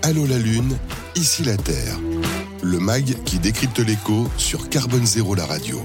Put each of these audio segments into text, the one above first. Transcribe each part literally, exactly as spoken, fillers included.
Allô la Lune, ici la Terre. Le mag qui décrypte l'écho sur Carbone Zéro la radio.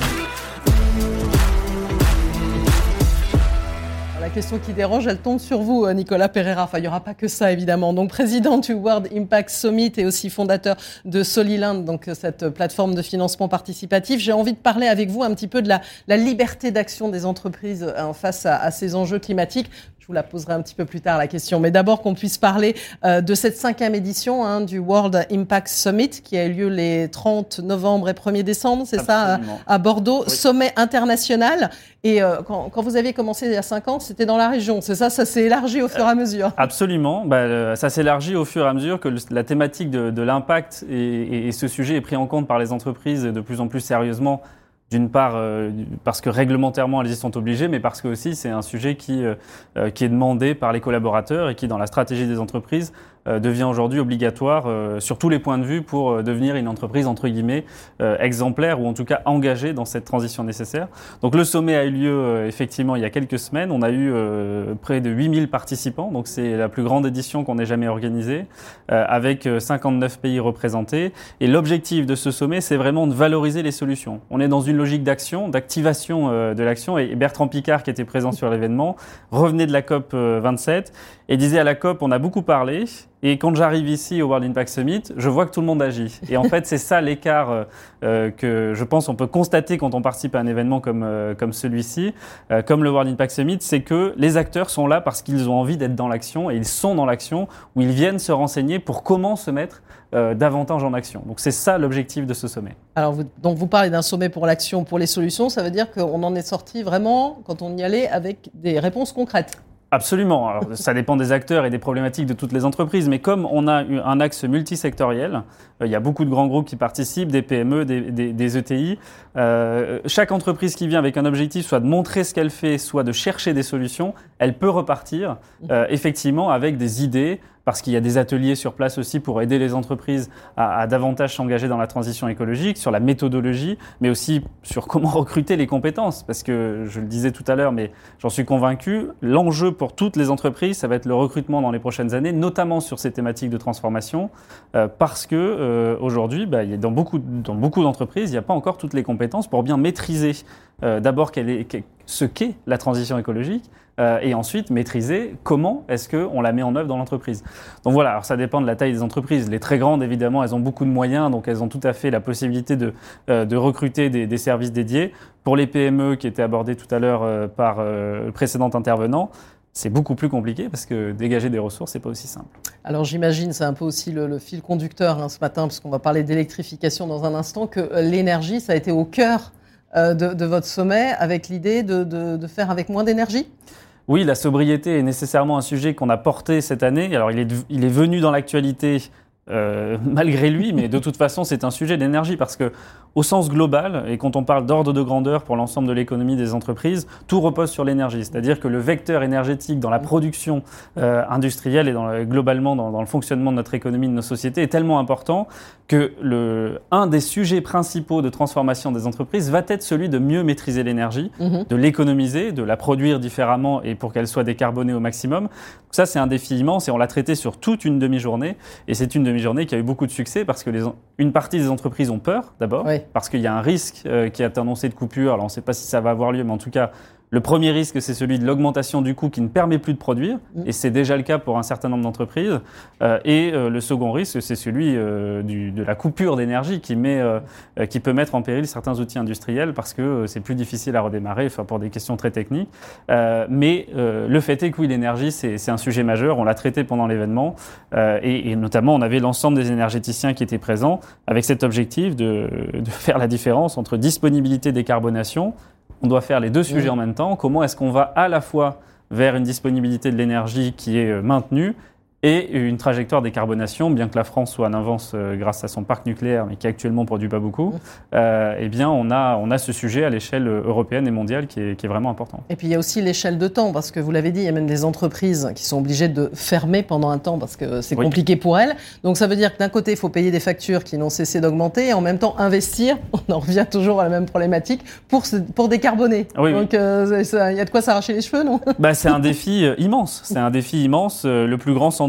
La question qui dérange, elle tombe sur vous, Nicolas Pereira. Enfin, il n'y aura pas que ça, évidemment. Donc, président du World Impact Summit et aussi fondateur de Soliland, donc cette plateforme de financement participatif. J'ai envie de parler avec vous un petit peu de la, la liberté d'action des entreprises hein, face à, à ces enjeux climatiques. Je vous la poserai un petit peu plus tard, la question. Mais d'abord, qu'on puisse parler euh, de cette cinquième édition hein, du World Impact Summit qui a eu lieu les trente novembre et premier décembre, c'est Absolument. ça, à, à Bordeaux. Oui. Sommet international. Et euh, quand, quand vous aviez commencé il y a cinq ans, c'était dans la région. C'est ça, ça s'est élargi au fur et à mesure. Absolument. Bah, euh, ça s'élargit au fur et à mesure que le, la thématique de, de l'impact et, et, et ce sujet est pris en compte par les entreprises de plus en plus sérieusement. D'une part, euh, parce que réglementairement, elles y sont obligées, mais parce que aussi c'est un sujet qui, euh, qui est demandé par les collaborateurs et qui, dans la stratégie des entreprises, euh, devient aujourd'hui obligatoire euh, sur tous les points de vue pour euh, devenir une entreprise, entre guillemets, euh, exemplaire ou en tout cas engagée dans cette transition nécessaire. Donc le sommet a eu lieu euh, effectivement il y a quelques semaines. On a eu euh, près de huit mille participants, donc c'est la plus grande édition qu'on ait jamais organisée, euh, avec cinquante-neuf pays représentés. Et l'objectif de ce sommet, c'est vraiment de valoriser les solutions. On est dans une logique d'action, d'activation euh, de l'action. Et Bertrand Piccard, qui était présent sur l'événement, revenait de la COP vingt-sept et disait à la COP, on a beaucoup parlé. Et quand j'arrive ici au World Impact Summit, je vois que tout le monde agit. Et en fait, c'est ça l'écart euh, que je pense on peut constater quand on participe à un événement comme, euh, comme celui-ci, euh, comme le World Impact Summit, c'est que les acteurs sont là parce qu'ils ont envie d'être dans l'action et ils sont dans l'action où ils viennent se renseigner pour comment se mettre euh, davantage en action. Donc c'est ça l'objectif de ce sommet. Alors vous, donc vous parlez d'un sommet pour l'action, pour les solutions, ça veut dire qu'on en est sorti vraiment, quand on y allait, avec des réponses concrètes. Absolument. Alors, ça dépend des acteurs et des problématiques de toutes les entreprises. Mais comme on a un axe multisectoriel, euh, il y a beaucoup de grands groupes qui participent, des P M E, des, des, des E T I. Euh, chaque entreprise qui vient avec un objectif, soit de montrer ce qu'elle fait, soit de chercher des solutions, elle peut repartir euh, effectivement avec des idées, parce qu'il y a des ateliers sur place aussi pour aider les entreprises à, à davantage s'engager dans la transition écologique, sur la méthodologie, mais aussi sur comment recruter les compétences. Parce que, je le disais tout à l'heure, mais j'en suis convaincu, l'enjeu pour toutes les entreprises, ça va être le recrutement dans les prochaines années, notamment sur ces thématiques de transformation, euh, parce que euh, aujourd'hui, bah, il y a dans beaucoup, dans beaucoup d'entreprises, il n'y a pas encore toutes les compétences pour bien maîtriser euh, d'abord quelle est, quelle, ce qu'est la transition écologique, Euh, et ensuite maîtriser comment est-ce qu'on la met en œuvre dans l'entreprise. Donc voilà, alors ça dépend de la taille des entreprises. Les très grandes, évidemment, elles ont beaucoup de moyens, donc elles ont tout à fait la possibilité de, euh, de recruter des, des services dédiés. Pour les P M E qui étaient abordés tout à l'heure euh, par euh, le précédent intervenant, c'est beaucoup plus compliqué parce que dégager des ressources, c'est pas aussi simple. Alors j'imagine, c'est un peu aussi le, le fil conducteur hein, ce matin, puisqu'on va parler d'électrification dans un instant, que l'énergie, ça a été au cœur De, de votre sommet, avec l'idée de, de, de faire avec moins d'énergie ? Oui, la sobriété est nécessairement un sujet qu'on a porté cette année. Alors, il est, il est venu dans l'actualité euh, malgré lui, mais de toute façon, c'est un sujet d'énergie parce que, au sens global, et quand on parle d'ordre de grandeur pour l'ensemble de l'économie des entreprises, tout repose sur l'énergie. C'est-à-dire que le vecteur énergétique dans la production euh, industrielle et dans le, globalement dans, dans le fonctionnement de notre économie, de nos sociétés, est tellement important que le, un des sujets principaux de transformation des entreprises va être celui de mieux maîtriser l'énergie, mmh. de l'économiser, de la produire différemment et pour qu'elle soit décarbonée au maximum. Ça, c'est un défi immense et on l'a traité sur toute une demi-journée. Et c'est une demi-journée qui a eu beaucoup de succès parce que les, une partie des entreprises ont peur, d'abord, oui. parce qu'il y a un risque euh, qui est annoncé de coupure. Alors, on ne sait pas si ça va avoir lieu, mais en tout cas, le premier risque, c'est celui de l'augmentation du coût qui ne permet plus de produire, mmh. et c'est déjà le cas pour un certain nombre d'entreprises. Euh, et euh, le second risque, c'est celui euh, du, de la coupure d'énergie qui, met, euh, qui peut mettre en péril certains outils industriels parce que euh, c'est plus difficile à redémarrer, enfin, pour des questions très techniques. Euh, mais euh, le fait est que oui, l'énergie, c'est, c'est un sujet majeur. On l'a traité pendant l'événement, euh, et, et notamment, on avait l'ensemble des énergéticiens qui étaient présents avec cet objectif de, de faire la différence entre disponibilité et décarbonation. On doit faire les deux sujets en même temps. Comment est-ce qu'on va à la fois vers une disponibilité de l'énergie qui est maintenue et une trajectoire décarbonation, bien que la France soit en avance euh, grâce à son parc nucléaire, mais qui actuellement ne produit pas beaucoup, euh, eh bien on a, on a ce sujet à l'échelle européenne et mondiale qui est, qui est vraiment important. Et puis il y a aussi l'échelle de temps, parce que vous l'avez dit, il y a même des entreprises qui sont obligées de fermer pendant un temps parce que c'est oui. compliqué pour elles. Donc ça veut dire que d'un côté, il faut payer des factures qui n'ont cessé d'augmenter et en même temps investir, on en revient toujours à la même problématique, pour, pour décarboner. Oui, Donc il euh, y a de quoi s'arracher les cheveux, non ? bah, C'est un défi immense, c'est un défi immense, le plus grand sans doute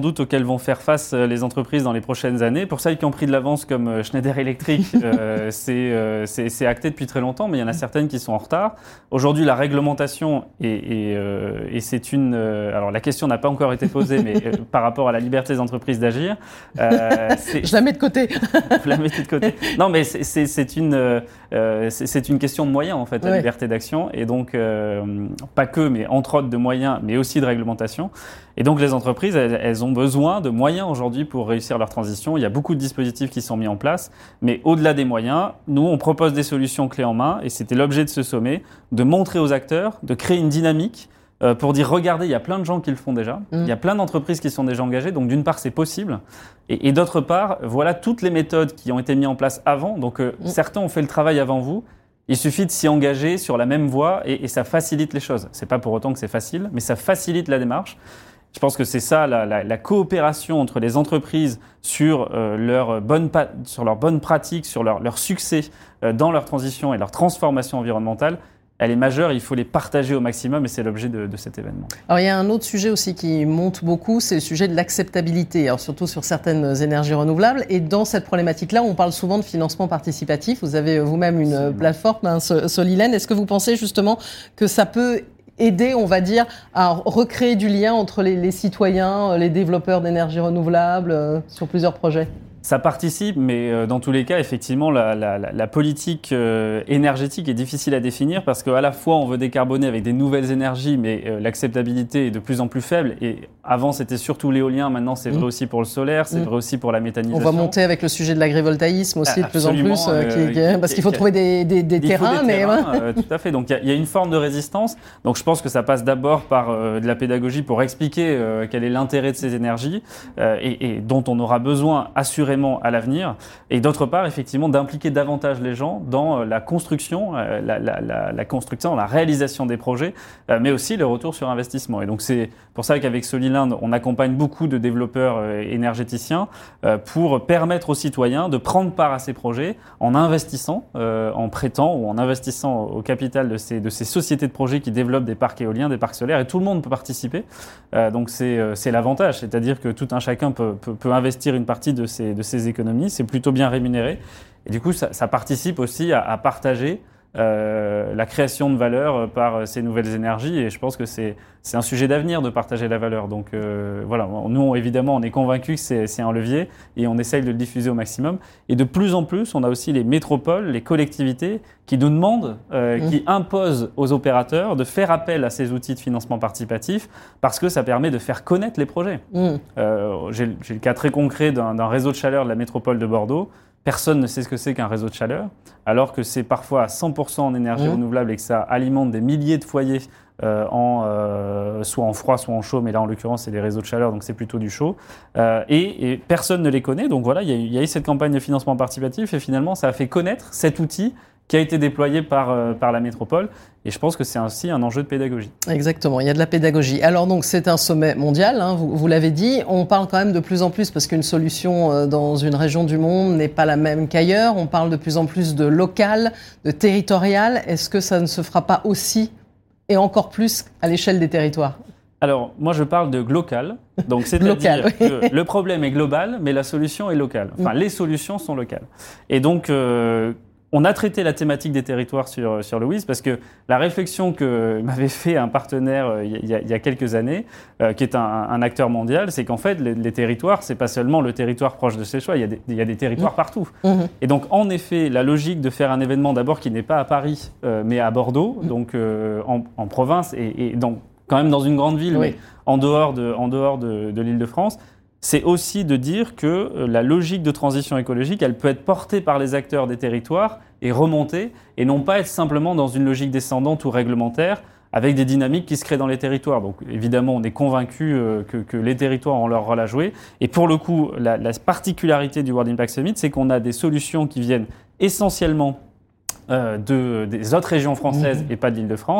doute auxquels vont faire face les entreprises dans les prochaines années. Pour celles qui ont pris de l'avance comme Schneider Electric, euh, c'est, euh, c'est, c'est acté depuis très longtemps, mais il y en a certaines qui sont en retard. Aujourd'hui, la réglementation, est, est, euh, et c'est une... Euh, alors la question n'a pas encore été posée, mais euh, par rapport à la liberté des entreprises d'agir... Euh, c'est, je la mets de côté. Je la mets de côté. Non, mais c'est, c'est, c'est, une, euh, c'est, c'est une question de moyens, en fait, la ouais. liberté d'action. Et donc, euh, pas que, mais entre autres de moyens, mais aussi de réglementation. Et donc, les entreprises, elles, elles ont besoin de moyens aujourd'hui pour réussir leur transition. Il y a beaucoup de dispositifs qui sont mis en place. Mais au-delà des moyens, nous, on propose des solutions clés en main. Et c'était l'objet de ce sommet, de montrer aux acteurs, de créer une dynamique euh, pour dire, regardez, il y a plein de gens qui le font déjà. Mmh. Il y a plein d'entreprises qui sont déjà engagées. Donc, d'une part, c'est possible. Et, et d'autre part, voilà toutes les méthodes qui ont été mises en place avant. Donc, euh, mmh. certains ont fait le travail avant vous. Il suffit de s'y engager sur la même voie et, et ça facilite les choses. C'est pas pour autant que c'est facile, mais ça facilite la démarche. Je pense que c'est ça, la, la, la coopération entre les entreprises sur, euh, leur, bonne pa- sur leurs bonnes pratiques, sur leur, leur succès euh, dans leur transition et leur transformation environnementale. Elle est majeure, il faut les partager au maximum et c'est l'objet de, de cet événement. Alors il y a un autre sujet aussi qui monte beaucoup, c'est le sujet de l'acceptabilité, alors surtout sur certaines énergies renouvelables. Et dans cette problématique-là, on parle souvent de financement participatif. Vous avez vous-même une Absolument. plateforme, hein, Soliland. Est-ce que vous pensez justement que ça peut aider, on va dire, à recréer du lien entre les, les citoyens, les développeurs d'énergie renouvelable euh, sur plusieurs projets ? Ça participe, mais euh, dans tous les cas, effectivement, la, la, la politique euh, énergétique est difficile à définir parce qu'à la fois, on veut décarboner avec des nouvelles énergies, mais euh, l'acceptabilité est de plus en plus faible. Et avant, c'était surtout l'éolien. Maintenant, c'est mmh. vrai aussi pour le solaire, c'est mmh. vrai aussi pour la méthanisation. On va monter avec le sujet de l'agrivoltaïsme aussi, de plus en plus, euh, qui, qui, parce qu'il faut trouver des, des, des terrains. Des mais terrains, euh, tout à fait. Donc, il y, y a une forme de résistance. Donc, je pense que ça passe d'abord par euh, de la pédagogie pour expliquer euh, quel est l'intérêt de ces énergies euh, et, et dont on aura besoin assurément à l'avenir, et d'autre part, effectivement, d'impliquer davantage les gens dans la construction, la, la, la, la construction, la réalisation des projets, mais aussi le retour sur investissement. Et donc, c'est pour ça qu'avec Soliland, on accompagne beaucoup de développeurs énergéticiens pour permettre aux citoyens de prendre part à ces projets en investissant, en prêtant ou en investissant au capital de ces, de ces sociétés de projets qui développent des parcs éoliens, des parcs solaires, et tout le monde peut participer. Donc, c'est, c'est l'avantage, c'est-à-dire que tout un chacun peut, peut, peut investir une partie de ces, de ces économies, c'est plutôt bien rémunéré. Et du coup, ça, ça participe aussi à, à partager euh, la création de valeur par ces nouvelles énergies. Et je pense que c'est, c'est un sujet d'avenir de partager la valeur. Donc euh, voilà, nous, évidemment, on est convaincus que c'est, c'est un levier et on essaye de le diffuser au maximum. Et de plus en plus, on a aussi les métropoles, les collectivités qui nous demandent, euh, mmh. qui imposent aux opérateurs de faire appel à ces outils de financement participatif parce que ça permet de faire connaître les projets. Mmh. Euh, j'ai, j'ai le cas très concret d'un, d'un réseau de chaleur de la métropole de Bordeaux. Personne ne sait ce que c'est qu'un réseau de chaleur, alors que c'est parfois à cent pour cent en énergie mmh. renouvelable et que ça alimente des milliers de foyers, euh, en, euh, soit en froid, soit en chaud, mais là en l'occurrence c'est des réseaux de chaleur, donc c'est plutôt du chaud. Euh, et, et personne ne les connaît, donc voilà, il y, y a eu cette campagne de financement participatif et finalement ça a fait connaître cet outil qui a été déployé par, euh, par la métropole. Et je pense que c'est aussi un enjeu de pédagogie. Exactement, il y a de la pédagogie. Alors donc c'est un sommet mondial, hein, vous, vous l'avez dit. On parle quand même de plus en plus, parce qu'une solution euh, dans une région du monde n'est pas la même qu'ailleurs. On parle de plus en plus de local, de territorial. Est-ce que ça ne se fera pas aussi et encore plus à l'échelle des territoires ? Alors, moi, je parle de glocal. Donc, c'est-à-dire oui. que le problème est global, mais la solution est locale. Enfin, mmh. les solutions sont locales. Et donc... Euh, On a traité la thématique des territoires sur, sur le W I S parce que la réflexion que m'avait fait un partenaire euh, il, y a, il y a quelques années, euh, qui est un, un acteur mondial, c'est qu'en fait, les, les territoires, c'est pas seulement le territoire proche de ses choix, il y a des, il y a des territoires mmh. partout. Mmh. Et donc, en effet, la logique de faire un événement d'abord qui n'est pas à Paris, euh, mais à Bordeaux, mmh. donc euh, en, en province et, et donc quand même dans une grande ville, oui. mais en dehors de, en dehors de, de l'Île-de-France, c'est aussi de dire que la logique de transition écologique, elle peut être portée par les acteurs des territoires et remontée, et non pas être simplement dans une logique descendante ou réglementaire, avec des dynamiques qui se créent dans les territoires. Donc évidemment, on est convaincu euh, que, que les territoires ont leur rôle à jouer. Et pour le coup, la, la particularité du World Impact Summit, c'est qu'on a des solutions qui viennent essentiellement euh, de, des autres régions françaises mmh. et pas de l'Île-de-France,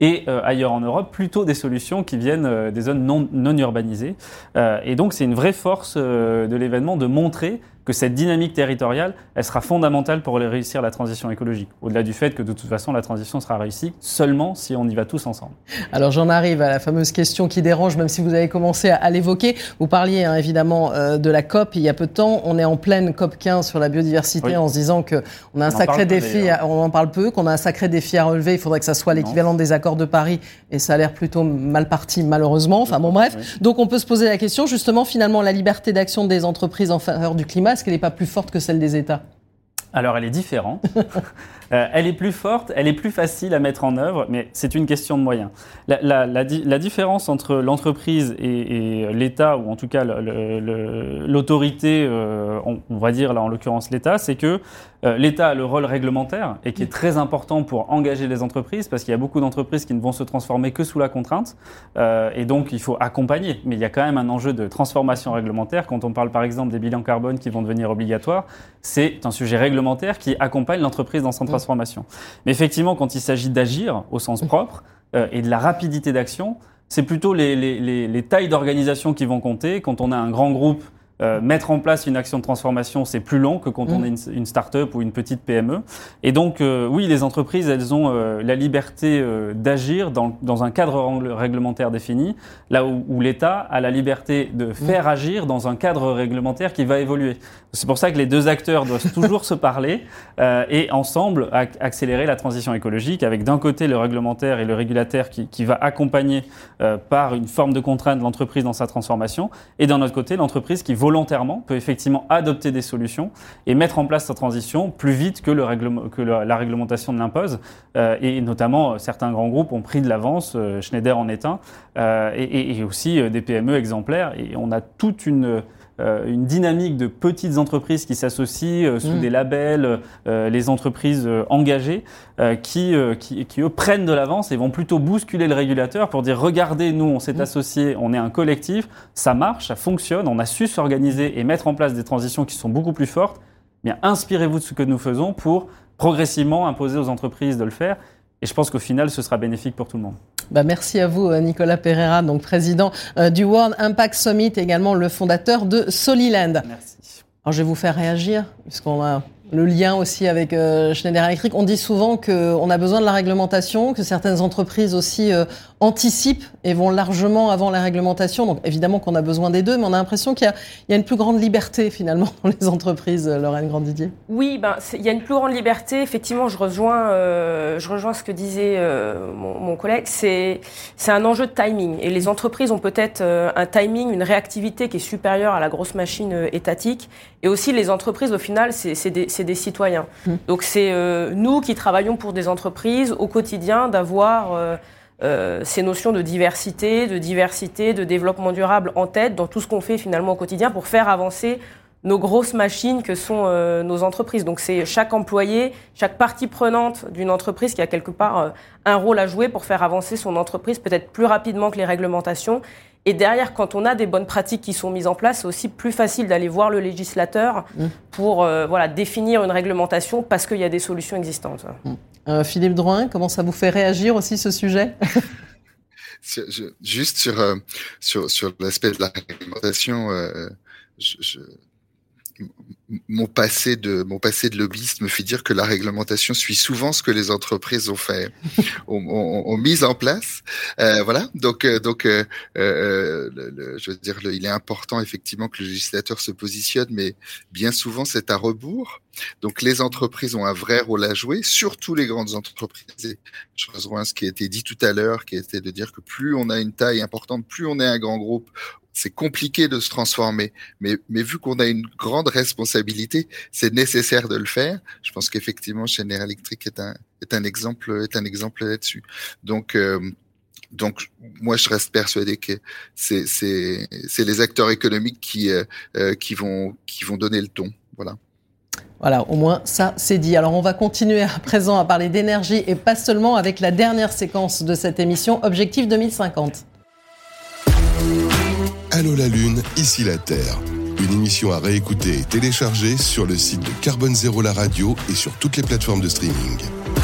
et euh, ailleurs en Europe, plutôt des solutions qui viennent euh, des zones non, non urbanisées. Euh, et donc, c'est une vraie force euh, de l'événement de montrer que cette dynamique territoriale, elle sera fondamentale pour réussir la transition écologique. Au-delà du fait que de toute façon, la transition sera réussie seulement si on y va tous ensemble. Alors j'en arrive à la fameuse question qui dérange, même si vous avez commencé à, à l'évoquer. Vous parliez hein, évidemment euh, de la COP il y a peu de temps. On est en pleine COP quinze sur la biodiversité oui. en se disant qu'on a un on sacré défi, à, on en parle peu, qu'on a un sacré défi à relever. Il faudrait que ça soit l'équivalent non. des accords de Paris et ça a l'air plutôt mal parti malheureusement. Enfin bon bref. Oui. Donc on peut se poser la question justement finalement la liberté d'action des entreprises en faveur du climat. Est-ce qu'elle n'est pas plus forte que celle des États ? Alors, elle est différente. euh, elle est plus forte, elle est plus facile à mettre en œuvre, mais c'est une question de moyens. La, la, la, la différence entre l'entreprise et, et l'État, ou en tout cas le, le, le, l'autorité, euh, on, on va dire là en l'occurrence l'État, c'est que euh, l'État a le rôle réglementaire et qui est très important pour engager les entreprises, parce qu'il y a beaucoup d'entreprises qui ne vont se transformer que sous la contrainte, euh, et donc il faut accompagner. Mais il y a quand même un enjeu de transformation réglementaire. Quand on parle par exemple des bilans carbone qui vont devenir obligatoires, c'est un sujet réglementaire qui accompagne l'entreprise dans sa transformation. Mais effectivement, quand il s'agit d'agir au sens propre euh, et de la rapidité d'action, c'est plutôt les, les, les, les tailles d'organisation qui vont compter. Quand on a un grand groupe, euh, mettre en place une action de transformation, c'est plus long que quand mmh. on est une, une start-up ou une petite P M E. Et donc, euh, oui, les entreprises, elles ont euh, la liberté euh, d'agir dans, dans un cadre réglementaire défini, là où, où l'État a la liberté de faire mmh. agir dans un cadre réglementaire qui va évoluer. C'est pour ça que les deux acteurs doivent toujours se parler euh, et ensemble ac- accélérer la transition écologique avec d'un côté le réglementaire et le régulateur qui, qui va accompagner euh, par une forme de contrainte l'entreprise dans sa transformation et d'un autre côté l'entreprise qui volontairement peut effectivement adopter des solutions et mettre en place sa transition plus vite que, le règlement, que le, la réglementation ne l'impose. Euh, et notamment, certains grands groupes ont pris de l'avance, euh, Schneider en est un, euh, et, et aussi euh, des P M E exemplaires. Et on a toute une... Euh, une dynamique de petites entreprises qui s'associent euh, sous mmh. des labels, euh, les entreprises euh, engagées, euh, qui, euh, qui, qui eux prennent de l'avance et vont plutôt bousculer le régulateur pour dire regardez, nous on s'est mmh. associés, on est un collectif, ça marche, ça fonctionne, on a su s'organiser et mettre en place des transitions qui sont beaucoup plus fortes. Bien, inspirez-vous de ce que nous faisons pour progressivement imposer aux entreprises de le faire. Et je pense qu'au final, ce sera bénéfique pour tout le monde. Bah merci à vous, Nicolas Pereira, donc président euh, du World Impact Summit et également le fondateur de Soliland. Merci. Alors, je vais vous faire réagir, puisqu'on a le lien aussi avec euh, Schneider Electric. On dit souvent qu'on a besoin de la réglementation, que certaines entreprises aussi euh, anticipent et vont largement avant la réglementation. Donc évidemment qu'on a besoin des deux, mais on a l'impression qu'il y a, il y a une plus grande liberté finalement dans les entreprises, Lorraine Grandidier. Oui, ben, il y a une plus grande liberté. Effectivement, je rejoins, euh, je rejoins ce que disait euh, mon, mon collègue. C'est, c'est un enjeu de timing. Et les entreprises ont peut-être euh, un timing, une réactivité qui est supérieure à la grosse machine euh, étatique. Et aussi, les entreprises, au final, c'est, c'est, des, c'est des citoyens. Mmh. Donc, c'est euh, nous qui travaillons pour des entreprises au quotidien d'avoir euh, euh, ces notions de diversité, de diversité, de développement durable en tête dans tout ce qu'on fait finalement au quotidien pour faire avancer nos grosses machines que sont euh, nos entreprises. Donc, c'est chaque employé, chaque partie prenante d'une entreprise qui a quelque part euh, un rôle à jouer pour faire avancer son entreprise peut-être plus rapidement que les réglementations. Et derrière, quand on a des bonnes pratiques qui sont mises en place, c'est aussi plus facile d'aller voir le législateur mmh. pour euh, voilà, définir une réglementation parce qu'il y a des solutions existantes. Mmh. Euh, Philippe Drouin, comment ça vous fait réagir aussi ce sujet ? je, Juste sur, euh, sur, sur l'aspect de la réglementation, euh, je, je... Mon passé de mon passé de lobbyiste me fait dire que la réglementation suit souvent ce que les entreprises ont fait, ont, ont, ont mis en place. Euh, voilà. Donc euh, donc euh, euh, le, le, je veux dire, le, il est important effectivement que le législateur se positionne, mais bien souvent c'est à rebours. Donc les entreprises ont un vrai rôle à jouer, surtout les grandes entreprises. Et je rejoins ce qui a été dit tout à l'heure, qui était de dire que plus on a une taille importante, plus on est un grand groupe, c'est compliqué de se transformer, mais, mais vu qu'on a une grande responsabilité, c'est nécessaire de le faire. Je pense qu'effectivement, Schneider Electric est un, est un exemple, est un exemple là-dessus. Donc, euh, donc, moi, je reste persuadé que c'est, c'est, c'est les acteurs économiques qui, euh, qui vont, qui vont donner le ton. Voilà. Voilà, au moins ça c'est dit. Alors on va continuer à présent à parler d'énergie et pas seulement avec la dernière séquence de cette émission, Objectif deux mille cinquante. Allô la Lune, ici la Terre. Une émission à réécouter et télécharger sur le site de Carbone Zéro la radio et sur toutes les plateformes de streaming.